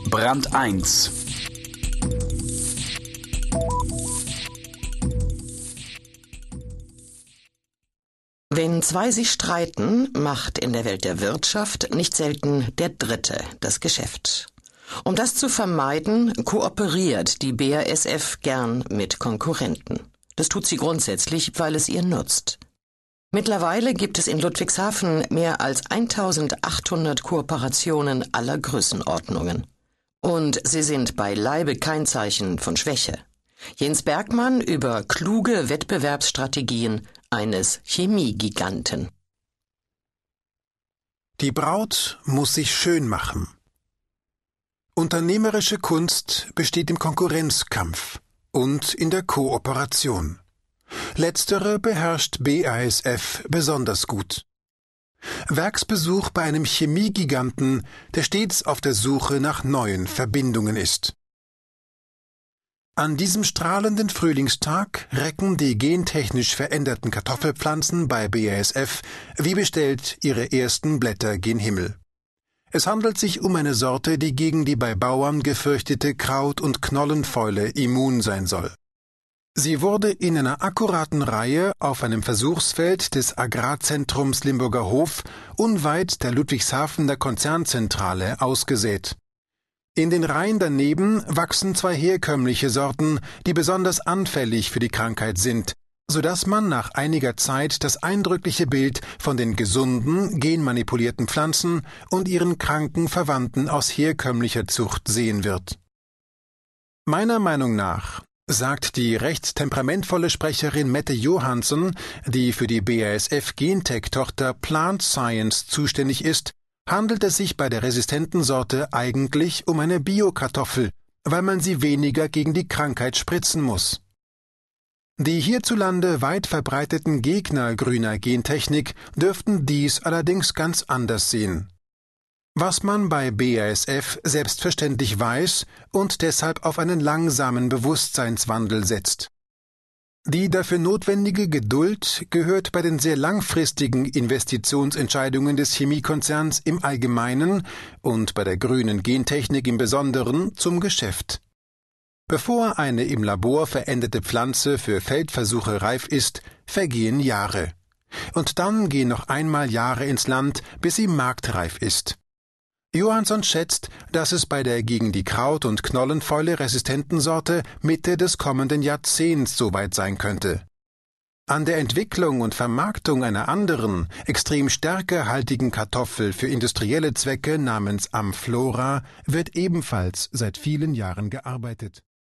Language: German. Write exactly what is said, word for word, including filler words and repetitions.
Brand eins. Wenn zwei sich streiten, macht in der Welt der Wirtschaft nicht selten der Dritte das Geschäft. Um das zu vermeiden, kooperiert die B A S F gern mit Konkurrenten. Das tut sie grundsätzlich, weil es ihr nutzt. Mittlerweile gibt es in Ludwigshafen mehr als eintausendachthundert Kooperationen aller Größenordnungen. Und sie sind beileibe kein Zeichen von Schwäche. Jens Bergmann über kluge Wettbewerbsstrategien eines Chemiegiganten. Die Braut muss sich schön machen. Unternehmerische Kunst besteht im Konkurrenzkampf und in der Kooperation. Letztere beherrscht B A S F besonders gut. Werksbesuch bei einem Chemiegiganten, der stets auf der Suche nach neuen Verbindungen ist. An diesem strahlenden Frühlingstag recken die gentechnisch veränderten Kartoffelpflanzen bei B A S F, wie bestellt, ihre ersten Blätter gen Himmel. Es handelt sich um eine Sorte, die gegen die bei Bauern gefürchtete Kraut- und Knollenfäule immun sein soll. Sie wurde in einer akkuraten Reihe auf einem Versuchsfeld des Agrarzentrums Limburger Hof unweit der Ludwigshafener Konzernzentrale ausgesät. In den Reihen daneben wachsen zwei herkömmliche Sorten, die besonders anfällig für die Krankheit sind, sodass man nach einiger Zeit das eindrückliche Bild von den gesunden, genmanipulierten Pflanzen und ihren kranken Verwandten aus herkömmlicher Zucht sehen wird. Meiner Meinung nach, sagt die recht temperamentvolle Sprecherin Mette Johansson, die für die B A S F Gentech-Tochter Plant Science zuständig ist, handelt es sich bei der resistenten Sorte eigentlich um eine Biokartoffel, weil man sie weniger gegen die Krankheit spritzen muss. Die hierzulande weit verbreiteten Gegner grüner Gentechnik dürften dies allerdings ganz anders sehen. Was man bei B A S F selbstverständlich weiß und deshalb auf einen langsamen Bewusstseinswandel setzt. Die dafür notwendige Geduld gehört bei den sehr langfristigen Investitionsentscheidungen des Chemiekonzerns im Allgemeinen und bei der grünen Gentechnik im Besonderen zum Geschäft. Bevor eine im Labor veränderte Pflanze für Feldversuche reif ist, vergehen Jahre. Und dann gehen noch einmal Jahre ins Land, bis sie marktreif ist. Johansson schätzt, dass es bei der gegen die Kraut- und Knollenfäule resistenten Sorte Mitte des kommenden Jahrzehnts soweit sein könnte. An der Entwicklung und Vermarktung einer anderen, extrem stärkehaltigen Kartoffel für industrielle Zwecke namens Amflora wird ebenfalls seit vielen Jahren gearbeitet.